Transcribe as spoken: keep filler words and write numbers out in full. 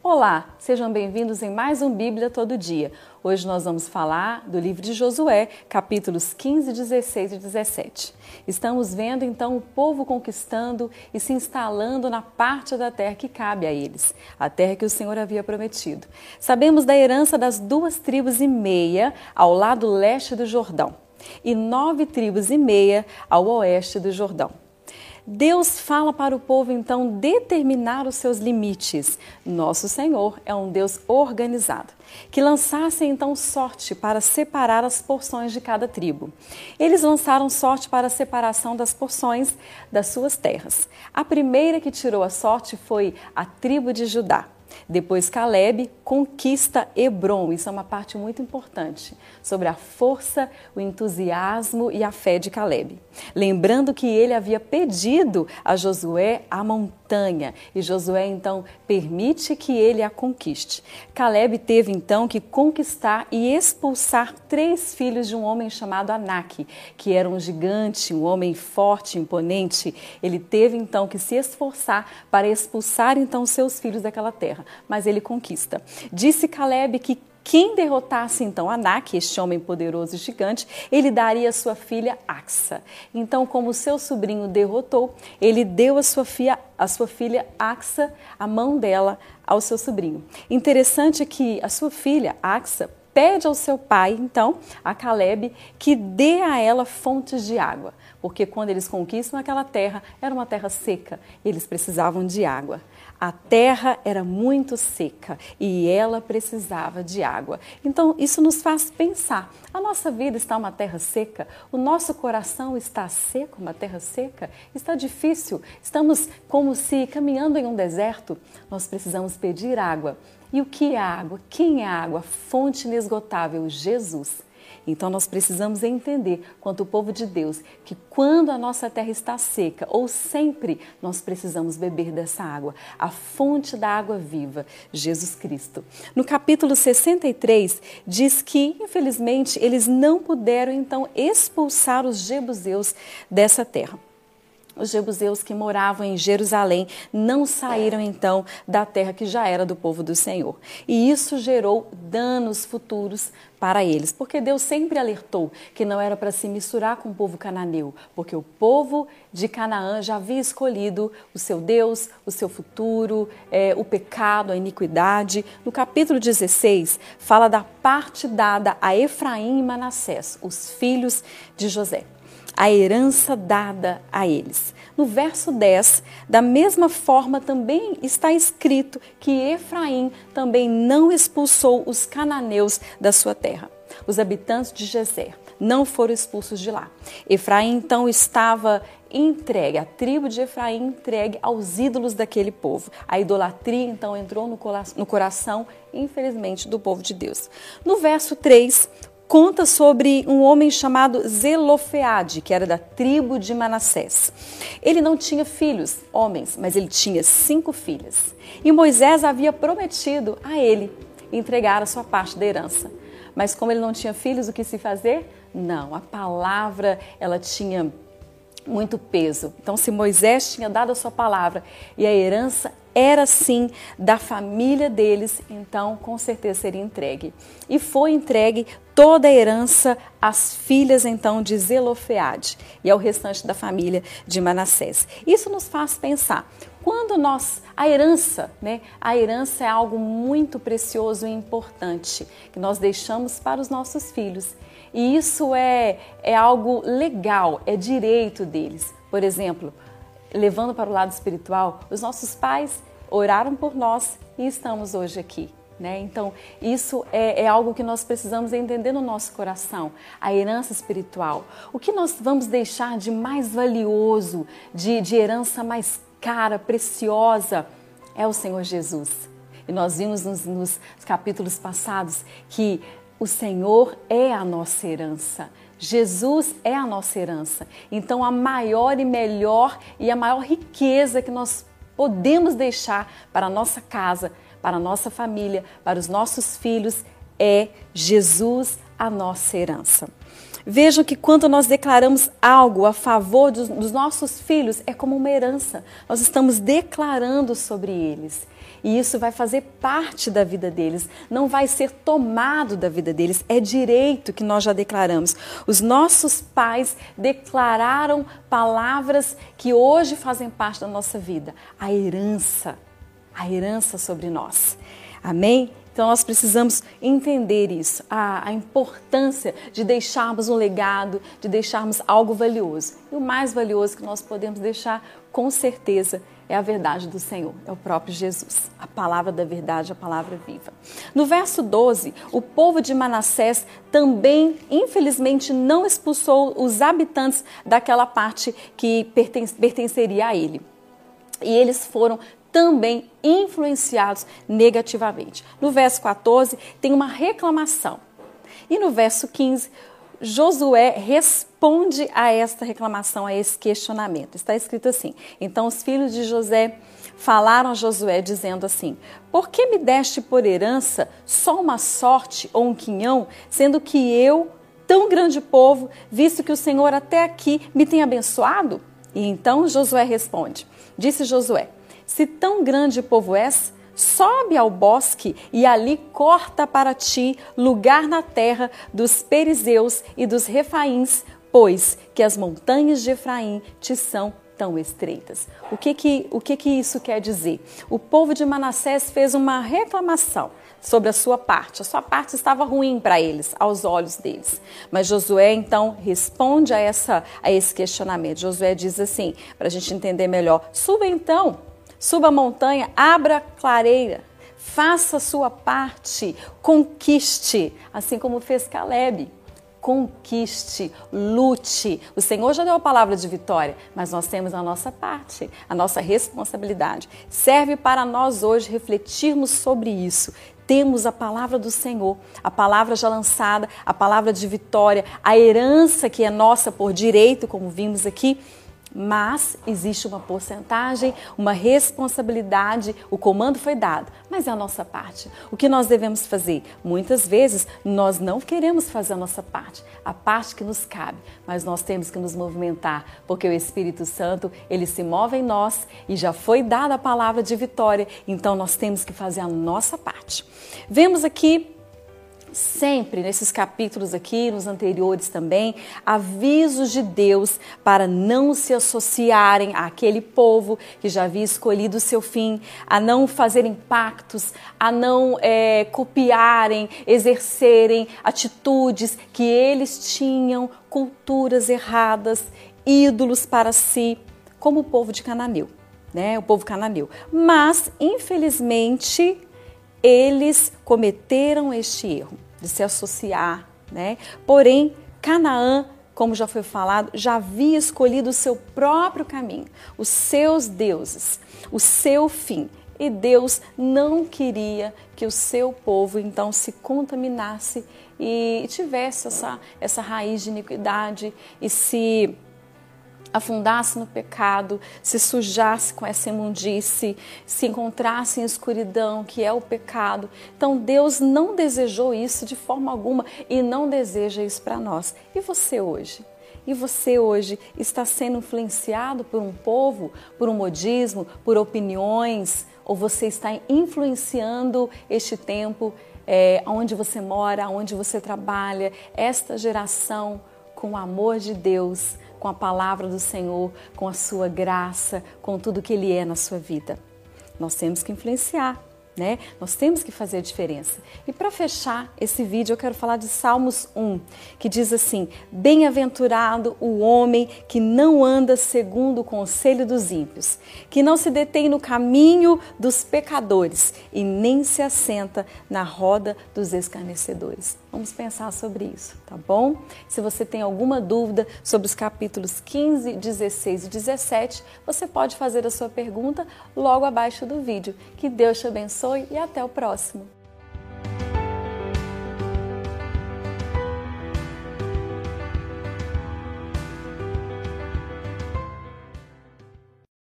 Olá, sejam bem-vindos em mais um Bíblia Todo Dia. Hoje nós vamos falar do livro de Josué, capítulos quinze, dezesseis e dezessete. Estamos vendo então o povo conquistando e se instalando na parte da terra que cabe a eles, a terra que o Senhor havia prometido. Sabemos da herança das duas tribos e meia ao lado leste do Jordão e nove tribos e meia ao oeste do Jordão. Deus fala para o povo, então, determinar os seus limites. Nosso Senhor é um Deus organizado, que lançasse, então, sorte para separar as porções de cada tribo. Eles lançaram sorte para a separação das porções das suas terras. A primeira que tirou a sorte foi a tribo de Judá. Depois Caleb conquista Hebron, isso é uma parte muito importante, sobre a força, o entusiasmo e a fé de Caleb. Lembrando que ele havia pedido a Josué a montanha e Josué então permite que ele a conquiste. Caleb teve então que conquistar e expulsar três filhos de um homem chamado Anak, que era um gigante, um homem forte, imponente. Ele teve então que se esforçar para expulsar então seus filhos daquela terra. Mas ele conquista. Disse Caleb que quem derrotasse então Anak, este homem poderoso e gigante, ele daria a sua filha Axa. Então, como seu sobrinho derrotou, ele deu a sua filha, a sua filha Axa, a mão dela, ao seu sobrinho. Interessante que a sua filha Axa pede ao seu pai, então, a Caleb, que dê a ela fontes de água, porque quando eles conquistam aquela terra, era uma terra seca, eles precisavam de água. A terra era muito seca e ela precisava de água. Então, isso nos faz pensar, a nossa vida está uma terra seca? O nosso coração está seco, uma terra seca? Está difícil? Estamos como se caminhando em um deserto? Nós precisamos pedir água. E o que é água? Quem é água? Fonte inesgotável, Jesus. Então nós precisamos entender, quanto o povo de Deus, que quando a nossa terra está seca, ou sempre, nós precisamos beber dessa água, a fonte da água viva, Jesus Cristo. No capítulo sessenta e três, diz que, infelizmente, eles não puderam então expulsar os jebuseus dessa terra. Os jebuseus que moravam em Jerusalém não saíram então da terra que já era do povo do Senhor. E isso gerou danos futuros para eles, porque Deus sempre alertou que não era para se misturar com o povo cananeu, porque o povo de Canaã já havia escolhido o seu Deus, o seu futuro, é, o pecado, a iniquidade. No capítulo dezesseis, fala da parte dada a Efraim e Manassés, os filhos de José. A herança dada a eles. No verso dez, da mesma forma também está escrito que Efraim também não expulsou os cananeus da sua terra. Os habitantes de Gezer não foram expulsos de lá. Efraim então estava entregue, a tribo de Efraim entregue aos ídolos daquele povo. A idolatria então entrou no coração, infelizmente, do povo de Deus. No verso três, conta sobre um homem chamado Zelofeade, que era da tribo de Manassés. Ele não tinha filhos, homens, mas ele tinha cinco filhas. E Moisés havia prometido a ele entregar a sua parte da herança. Mas como ele não tinha filhos, o que se fazer? Não, a palavra ela tinha muito peso. Então, se Moisés tinha dado a sua palavra e a herança era sim da família deles, então com certeza seria entregue. E foi entregue toda a herança às filhas então de Zelofeade e ao restante da família de Manassés. Isso nos faz pensar, quando nós, a herança, né? A herança é algo muito precioso e importante que nós deixamos para os nossos filhos. E isso é, é algo legal, é direito deles. Por exemplo, levando para o lado espiritual, os nossos pais oraram por nós e estamos hoje aqui, né? Então, isso é, é algo que nós precisamos entender no nosso coração, a herança espiritual. O que nós vamos deixar de mais valioso, de, de herança mais cara, preciosa, é o Senhor Jesus. E nós vimos nos, nos capítulos passados que o Senhor é a nossa herança. Jesus é a nossa herança. Então, a maior e melhor e a maior riqueza que nós podemos deixar para a nossa casa, para a nossa família, para os nossos filhos, é Jesus a nossa herança. Vejam que quando nós declaramos algo a favor dos, dos nossos filhos, é como uma herança. Nós estamos declarando sobre eles. E isso vai fazer parte da vida deles, não vai ser tomado da vida deles, é direito que nós já declaramos. Os nossos pais declararam palavras que hoje fazem parte da nossa vida. A herança, a herança sobre nós. Amém? Então nós precisamos entender isso, a, a importância de deixarmos um legado, de deixarmos algo valioso. E o mais valioso que nós podemos deixar, com certeza, é a verdade do Senhor, é o próprio Jesus, a palavra da verdade, a palavra viva. No verso doze, o povo de Manassés também, infelizmente, não expulsou os habitantes daquela parte que perten- pertenceria a ele. E eles foram também influenciados negativamente. No verso quatorze, tem uma reclamação. E no verso quinze, Josué responde a esta reclamação, a esse questionamento. Está escrito assim: então os filhos de José falaram a Josué dizendo assim: por que me deste por herança só uma sorte ou um quinhão, sendo que eu, tão grande povo, visto que o Senhor até aqui me tem abençoado? E então Josué responde, disse Josué: se tão grande povo és, sobe ao bosque e ali corta para ti lugar na terra dos perizeus e dos refaíns, pois que as montanhas de Efraim te são tão estreitas. O que que, o que que isso quer dizer? O povo de Manassés fez uma reclamação sobre a sua parte. A sua parte estava ruim para eles, aos olhos deles. Mas Josué, então, responde a, essa, a esse questionamento. Josué diz assim, para a gente entender melhor: suba então, suba a montanha, abra a clareira, faça a sua parte, conquiste, assim como fez Caleb. Conquiste, lute. O Senhor já deu a palavra de vitória, mas nós temos a nossa parte, a nossa responsabilidade. Serve para nós hoje refletirmos sobre isso. Temos a palavra do Senhor, a palavra já lançada, a palavra de vitória, a herança que é nossa por direito, como vimos aqui. Mas existe uma porcentagem, uma responsabilidade, o comando foi dado, mas é a nossa parte. O que nós devemos fazer? Muitas vezes nós não queremos fazer a nossa parte, a parte que nos cabe, mas nós temos que nos movimentar, porque o Espírito Santo, ele se move em nós e já foi dada a palavra de vitória, então nós temos que fazer a nossa parte. Vemos aqui sempre nesses capítulos aqui, nos anteriores também, avisos de Deus para não se associarem àquele povo que já havia escolhido o seu fim, a não fazerem pactos, a não é, copiarem, exercerem atitudes que eles tinham, culturas erradas, ídolos para si, como o povo de Cananeu, né? O povo cananeu. Mas, infelizmente, eles cometeram este erro de se associar, né? Porém, Canaã, como já foi falado, já havia escolhido o seu próprio caminho, os seus deuses, o seu fim. E Deus não queria que o seu povo, então, se contaminasse e tivesse essa, essa raiz de iniquidade e se afundasse no pecado, se sujasse com essa imundície, se encontrasse em escuridão, que é o pecado. Então Deus não desejou isso de forma alguma e não deseja isso para nós. E você hoje? E você hoje está sendo influenciado por um povo, por um modismo, por opiniões? Ou você está influenciando este tempo, é, onde você mora, onde você trabalha, esta geração com o amor de Deus, com a palavra do Senhor, com a sua graça, com tudo que Ele é na sua vida? Nós temos que influenciar, né? Nós temos que fazer a diferença. E para fechar esse vídeo, eu quero falar de Salmos um, que diz assim: bem-aventurado o homem que não anda segundo o conselho dos ímpios, que não se detém no caminho dos pecadores e nem se assenta na roda dos escarnecedores. Vamos pensar sobre isso, tá bom? Se você tem alguma dúvida sobre os capítulos quinze, dezesseis e dezessete, você pode fazer a sua pergunta logo abaixo do vídeo. Que Deus te abençoe e até o próximo.